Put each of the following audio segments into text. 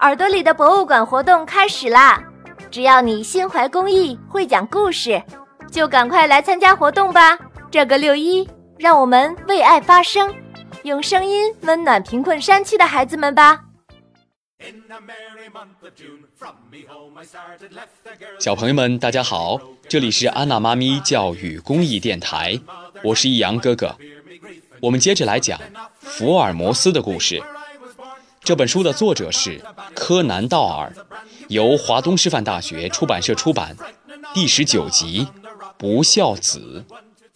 耳朵里的博物馆活动开始啦！只要你心怀公益，会讲故事，就赶快来参加活动吧！这个6·1，让我们为爱发声，用声音温暖贫困山区的孩子们吧。 小朋友们大家好，这里是安娜妈咪教育公益电台，我是易阳哥哥。我们接着来讲福尔摩斯的故事。这本书的作者是柯南·道尔，由华东师范大学出版社出版，第19集不孝子。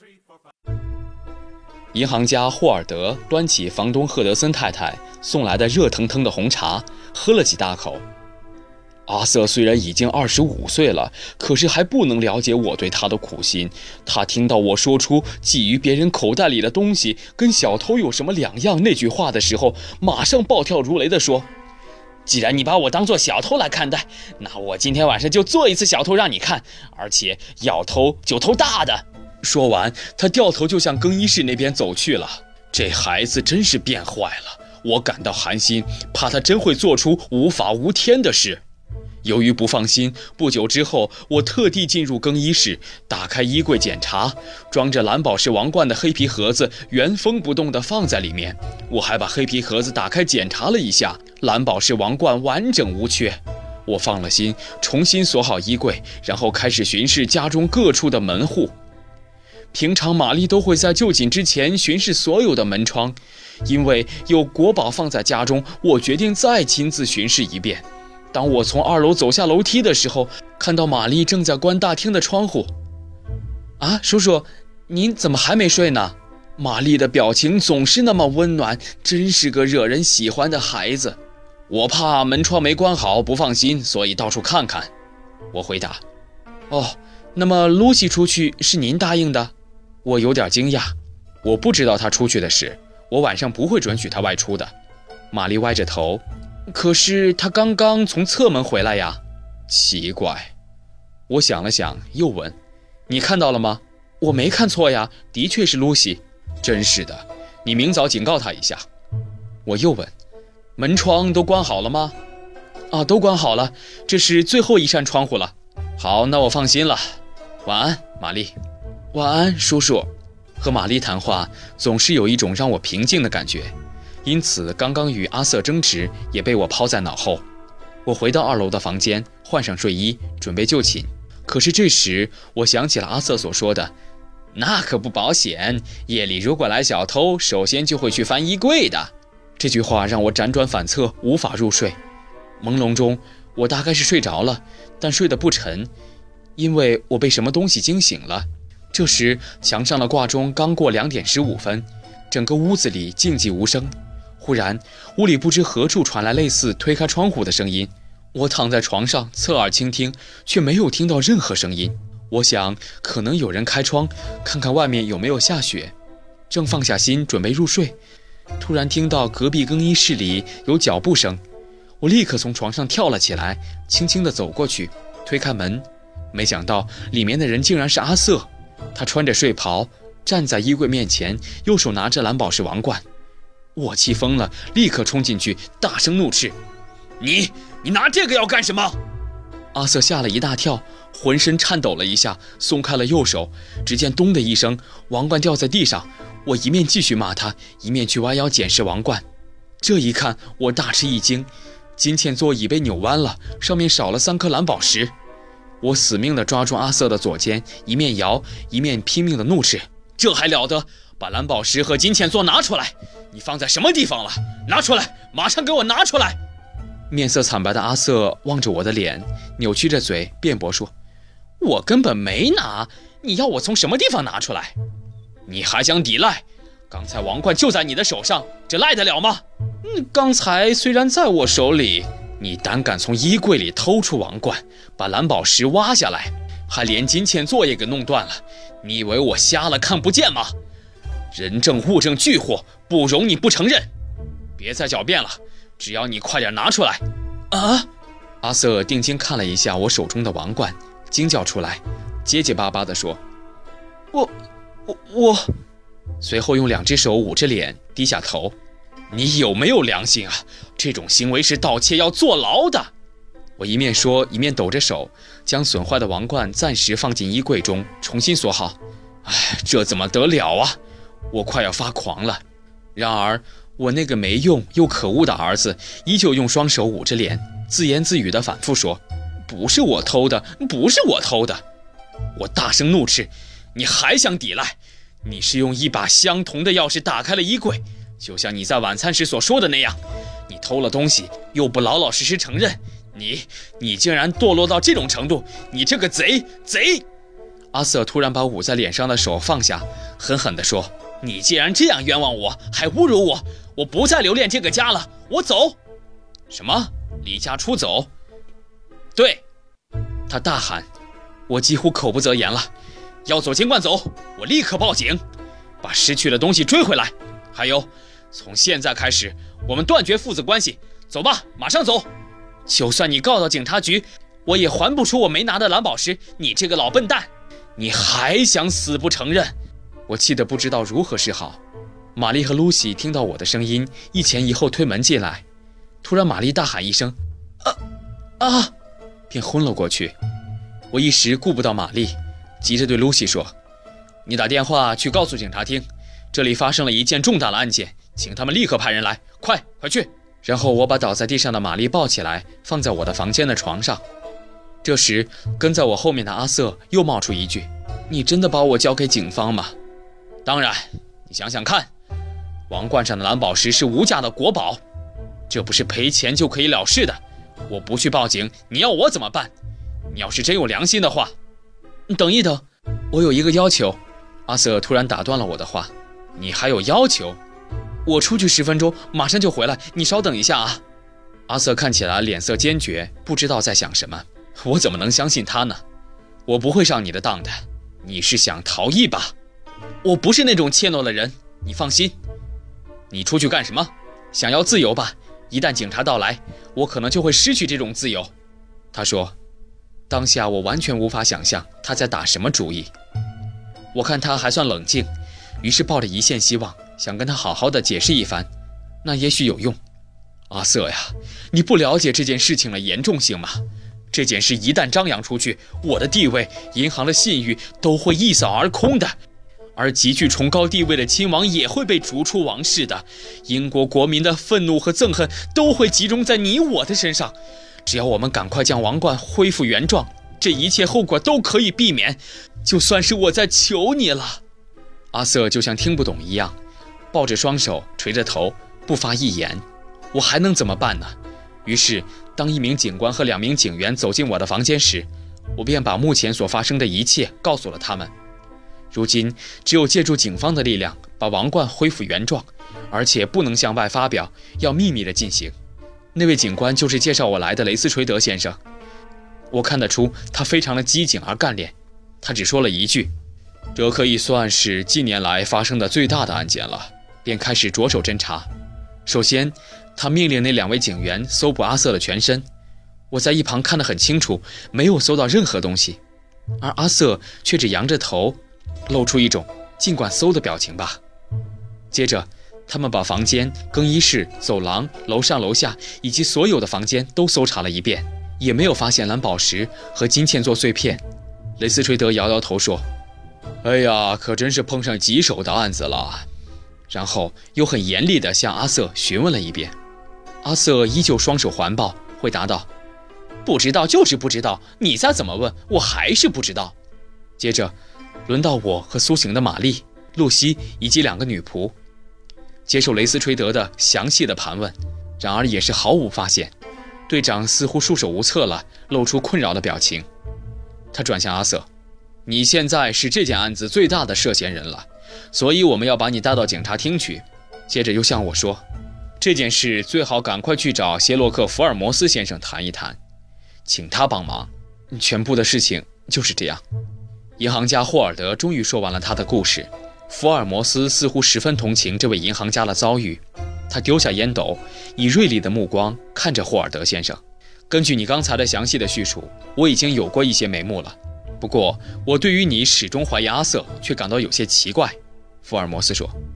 银行家霍尔德端起房东赫德森太太送来的热腾腾的红茶，喝了几大口。阿瑟虽然已经25岁了，可是还不能了解我对他的苦心。他听到我说出觊觎别人口袋里的东西跟小偷有什么两样那句话的时候，马上暴跳如雷地说，既然你把我当作小偷来看待，那我今天晚上就做一次小偷让你看，而且要偷就偷大的。说完，他掉头就向更衣室那边走去了。这孩子真是变坏了，我感到寒心，怕他真会做出无法无天的事。由于不放心，不久之后，我特地进入更衣室，打开衣柜检查，装着蓝宝石王冠的黑皮盒子原封不动地放在里面。我还把黑皮盒子打开检查了一下，蓝宝石王冠完整无缺。我放了心，重新锁好衣柜，然后开始巡视家中各处的门户。平常玛丽都会在就寝之前巡视所有的门窗，因为有国宝放在家中，我决定再亲自巡视一遍。当我从2楼走下楼梯的时候，看到玛丽正在关大厅的窗户。啊，叔叔，您怎么还没睡呢？玛丽的表情总是那么温暖，真是个惹人喜欢的孩子。我怕门窗没关好，不放心，所以到处看看。我回答。哦，那么露西出去是您答应的？我有点惊讶，我不知道她出去的事，我晚上不会准许她外出的。玛丽歪着头。可是他刚刚从侧门回来呀，奇怪。我想了想，又问：“你看到了吗？”我没看错呀，的确是露西。真是的，你明早警告他一下。我又问：“门窗都关好了吗？”啊，都关好了，这是最后一扇窗户了。好，那我放心了。晚安，玛丽。晚安，叔叔。和玛丽谈话总是有一种让我平静的感觉。因此刚刚与阿瑟争执也被我抛在脑后。我回到2楼的房间，换上睡衣，准备就寝。可是这时我想起了阿瑟所说的，那可不保险，夜里如果来小偷，首先就会去翻衣柜的。这句话让我辗转反侧，无法入睡。朦胧中我大概是睡着了，但睡得不沉，因为我被什么东西惊醒了。这时墙上的挂钟刚过2点15分，整个屋子里静寂无声。忽然屋里不知何处传来类似推开窗户的声音，我躺在床上侧耳倾听，却没有听到任何声音。我想可能有人开窗看看外面有没有下雪，正放下心准备入睡，突然听到隔壁更衣室里有脚步声。我立刻从床上跳了起来，轻轻地走过去，推开门，没想到里面的人竟然是阿瑟。他穿着睡袍站在衣柜面前，右手拿着蓝宝石王冠。我气疯了，立刻冲进去，大声怒斥：你拿这个要干什么？阿瑟吓了一大跳，浑身颤抖了一下，松开了右手。只见咚的一声，王冠掉在地上。我一面继续骂他，一面去弯腰捡拾王冠。这一看，我大吃一惊，金嵌座椅被扭弯了，上面少了3颗蓝宝石。我死命地抓住阿瑟的左肩，一面摇，一面拼命地怒斥：这还了得！把蓝宝石和金嵌座拿出来！你放在什么地方了？拿出来！马上给我拿出来！面色惨白的阿瑟望着我的脸，扭曲着嘴辩驳说：我根本没拿，你要我从什么地方拿出来？你还想抵赖？刚才王冠就在你的手上，这赖得了吗？刚才虽然在我手里，你胆敢从衣柜里偷出王冠，把蓝宝石挖下来，还连金嵌座也给弄断了，你以为我瞎了看不见吗？人证物证俱获，不容你不承认。别再狡辩了，只要你快点拿出来。啊！阿瑟定睛看了一下我手中的王冠，惊叫出来，结结巴巴地说：我。随后用2只手捂着脸，低下头。 你有没有良心啊？这种行为是盗窃，要坐牢的。我一面说，一面抖着手，将损坏的王冠暂时放进衣柜中，重新锁好。这怎么得了啊？我快要发狂了。然而，我那个没用又可恶的儿子依旧用双手捂着脸，自言自语地反复说：“不是我偷的，不是我偷的。”我大声怒斥：“你还想抵赖？你是用一把相同的钥匙打开了衣柜，就像你在晚餐时所说的那样。你偷了东西，又不老老实实承认，你竟然堕落到这种程度！你这个贼！”阿瑟突然把捂在脸上的手放下，狠狠地说：“你既然这样冤枉我，还侮辱我，我不再留恋这个家了，我走。”什么？离家出走？对，他大喊。我几乎口不择言了。要走尽管走，我立刻报警，把失去的东西追回来。还有，从现在开始，我们断绝父子关系。走吧，马上走。就算你告到警察局，我也还不出我没拿的蓝宝石。你这个老笨蛋，你还想死不承认？我气得不知道如何是好。玛丽和露西听到我的声音，一前一后推门进来。突然，玛丽大喊一声：“啊！”便昏了过去。我一时顾不到玛丽，急着对露西说：“你打电话去告诉警察厅，这里发生了一件重大的案件，请他们立刻派人来，快去！”然后我把倒在地上的玛丽抱起来，放在我的房间的床上。这时，跟在我后面的阿瑟又冒出一句：“你真的把我交给警方吗？”“当然，你想想看，王冠上的蓝宝石是无价的国宝，这不是赔钱就可以了事的。我不去报警，你要我怎么办？你要是真有良心的话……”“等一等，我有一个要求。”阿瑟突然打断了我的话。“你还有要求？我出去10分钟，马上就回来，你稍等一下啊。”阿瑟看起来脸色坚决，不知道在想什么。我怎么能相信他呢？我不会上你的当的。你是想逃逸吧？我不是那种怯懦的人，你放心。你出去干什么？想要自由吧？一旦警察到来，我可能就会失去这种自由。他说。当下我完全无法想象他在打什么主意。我看他还算冷静，于是抱着一线希望，想跟他好好的解释一番，那也许有用。阿瑟呀，你不了解这件事情的严重性吗？这件事一旦张扬出去，我的地位、银行的信誉都会一扫而空的，而极具崇高地位的亲王也会被逐出王室的。英国国民的愤怒和憎恨都会集中在你我的身上。只要我们赶快将王冠恢复原状，这一切后果都可以避免。就算是我在求你了。阿瑟就像听不懂一样，抱着双手，垂着头，不发一言。我还能怎么办呢？于是当一名警官和2名警员走进我的房间时，我便把目前所发生的一切告诉了他们。如今只有借助警方的力量把王冠恢复原状，而且不能向外发表，要秘密地进行。那位警官就是介绍我来的雷斯垂德先生。我看得出他非常的机警而干练。他只说了一句：“这可以算是近年来发生的最大的案件了。”便开始着手侦查。首先，他命令那2位警员搜捕阿瑟的全身。我在一旁看得很清楚，没有搜到任何东西，而阿瑟却只扬着头，露出一种尽管搜的表情吧。接着他们把房间、更衣室、走廊、楼上楼下以及所有的房间都搜查了一遍，也没有发现蓝宝石和金嵌做碎片。雷斯垂德摇摇头说：“哎呀，可真是碰上棘手的案子了。”然后又很严厉地向阿瑟询问了一遍。阿瑟依旧双手环抱，回答道：“不知道就是不知道，你再怎么问，我还是不知道。”接着轮到我和苏醒的玛丽、露西以及2个女仆接受雷斯垂德的详细的盘问，然而也是毫无发现。队长似乎束手无策了，露出困扰的表情。他转向阿瑟：“你现在是这件案子最大的涉嫌人了，所以我们要把你带到警察厅去。”接着又向我说：“这件事最好赶快去找谢洛克·福尔摩斯先生谈一谈，请他帮忙。”全部的事情就是这样。银行家霍尔德终于说完了他的故事。福尔摩斯似乎十分同情这位银行家的遭遇，他丢下烟斗，以锐利的目光看着霍尔德先生。根据你刚才的详细的叙述，我已经有过一些眉目了。不过，我对于你始终怀疑阿瑟却感到有些奇怪。福尔摩斯说。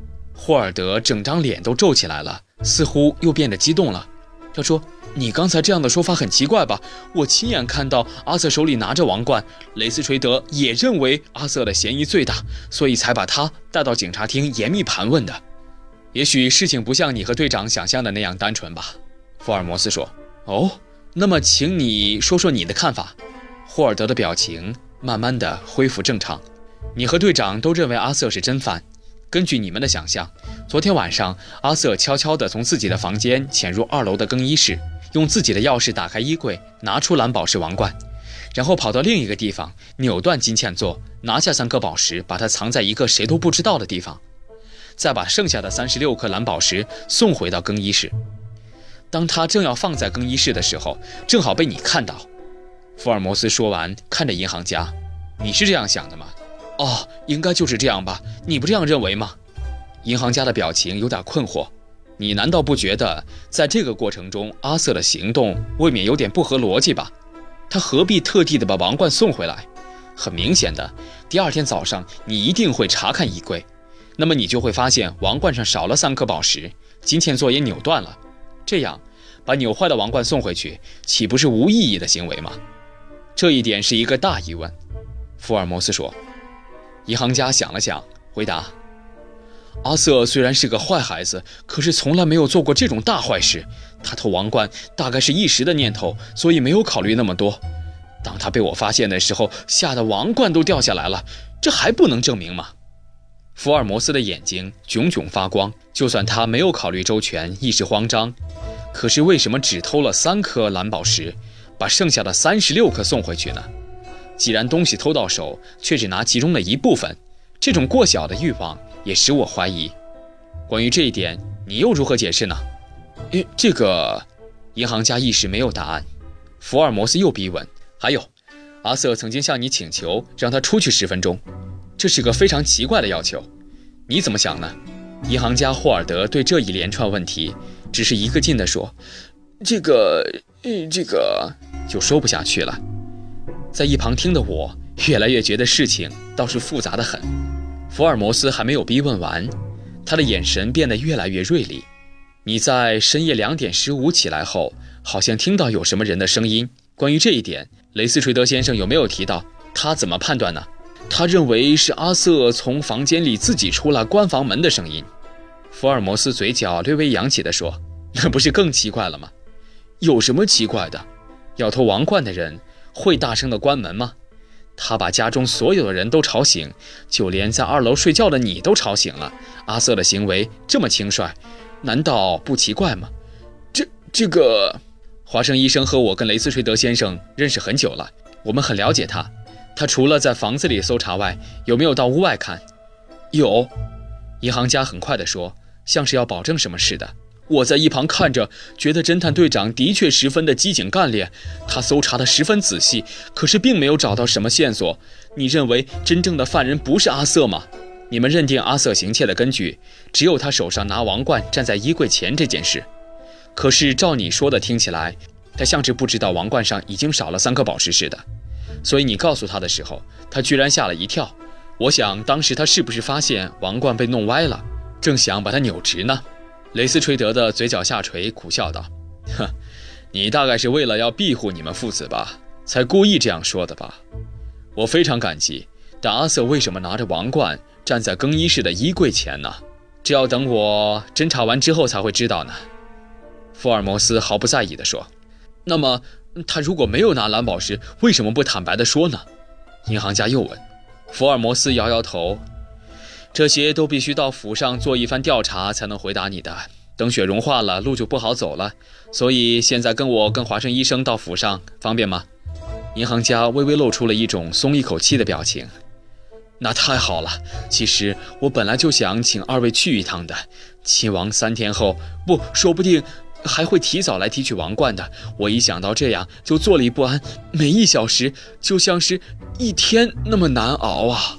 霍尔德整张脸都皱起来了，似乎又变得激动了。他说：你刚才这样的说法很奇怪吧？我亲眼看到阿瑟手里拿着王冠，雷斯垂德也认为阿瑟的嫌疑最大，所以才把他带到警察厅严密盘问的。也许事情不像你和队长想象的那样单纯吧。福尔摩斯说。哦，那么请你说说你的看法。霍尔德的表情慢慢的恢复正常。你和队长都认为阿瑟是真犯。根据你们的想象，昨天晚上阿瑟悄悄地从自己的房间潜入2楼的更衣室，用自己的钥匙打开衣柜，拿出蓝宝石王冠，然后跑到另一个地方扭断金嵌座，拿下3颗宝石，把它藏在一个谁都不知道的地方，再把剩下的36颗蓝宝石送回到更衣室。当他正要放在更衣室的时候，正好被你看到。福尔摩斯说完，看着银行家：你是这样想的吗？哦，应该就是这样吧，你不这样认为吗？银行家的表情有点困惑。你难道不觉得在这个过程中阿瑟的行动未免有点不合逻辑吧？他何必特地的把王冠送回来？很明显的，第2天早上你一定会查看衣柜，那么你就会发现王冠上少了3颗宝石，金嵌座也扭断了。这样把扭坏的王冠送回去，岂不是无意义的行为吗？这一点是一个大疑问。福尔摩斯说。银行家想了想，回答：阿瑟虽然是个坏孩子，可是从来没有做过这种大坏事。他偷王冠大概是一时的念头，所以没有考虑那么多。当他被我发现的时候，吓得王冠都掉下来了，这还不能证明吗？福尔摩斯的眼睛炯炯发光，就算他没有考虑周全，一时慌张，可是为什么只偷了3颗蓝宝石，把剩下的36颗送回去呢？既然东西偷到手，却只拿其中的一部分，这种过小的欲望也使我怀疑。关于这一点，你又如何解释呢？这个……银行家一时没有答案。福尔摩斯又逼问：还有，阿瑟曾经向你请求让他出去10分钟，这是个非常奇怪的要求，你怎么想呢？银行家霍尔德对这一连串问题只是一个劲地说：这个……就说不下去了。在一旁听的我越来越觉得事情倒是复杂得很。福尔摩斯还没有逼问完，他的眼神变得越来越锐利。你在深夜2点15起来后，好像听到有什么人的声音，关于这一点，雷斯垂德先生有没有提到？他怎么判断呢？他认为是阿瑟从房间里自己出来关房门的声音。福尔摩斯嘴角略微扬起地说：那不是更奇怪了吗？有什么奇怪的？要偷王冠的人会大声地关门吗？他把家中所有的人都吵醒，就连在2楼睡觉的你都吵醒了。阿瑟的行为这么轻率，难道不奇怪吗？这个华生医生和我跟雷斯垂德先生认识很久了，我们很了解他。他除了在房子里搜查外，有没有到屋外看？有，银行家很快地说，像是要保证什么似的。我在一旁看着，觉得侦探队长的确十分的机警干练，他搜查得十分仔细，可是并没有找到什么线索。你认为真正的犯人不是阿瑟吗？你们认定阿瑟行窃的根据只有他手上拿王冠站在衣柜前这件事。可是照你说的听起来，他像是不知道王冠上已经少了3颗宝石似的。所以你告诉他的时候，他居然吓了一跳。我想当时他是不是发现王冠被弄歪了，正想把它扭直呢？雷斯垂德的嘴角下垂，苦笑道：哼，你大概是为了要庇护你们父子吧，才故意这样说的吧。我非常感激，但阿瑟为什么拿着王冠站在更衣室的衣柜前呢？这要等我侦查完之后才会知道呢。福尔摩斯毫不在意地说。那么他如果没有拿蓝宝石，为什么不坦白地说呢？银行家又问。福尔摩斯摇摇头，这些都必须到府上做一番调查才能回答你的。等雪融化了，路就不好走了，所以现在跟华生医生到府上，方便吗？银行家微微露出了一种松一口气的表情。那太好了，其实我本来就想请2位去一趟的。亲王3天后，不，说不定还会提早来提取王冠的。我一想到这样就坐立不安，每1小时就像是1天那么难熬啊。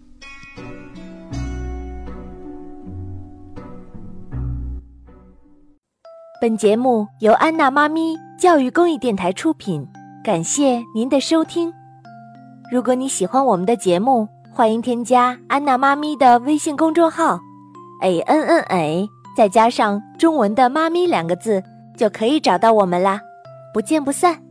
本节目由安娜妈咪教育公益电台出品，感谢您的收听。如果你喜欢我们的节目，欢迎添加安娜妈咪的微信公众号， ANNA， 再加上中文的妈咪2个字，就可以找到我们啦。不见不散。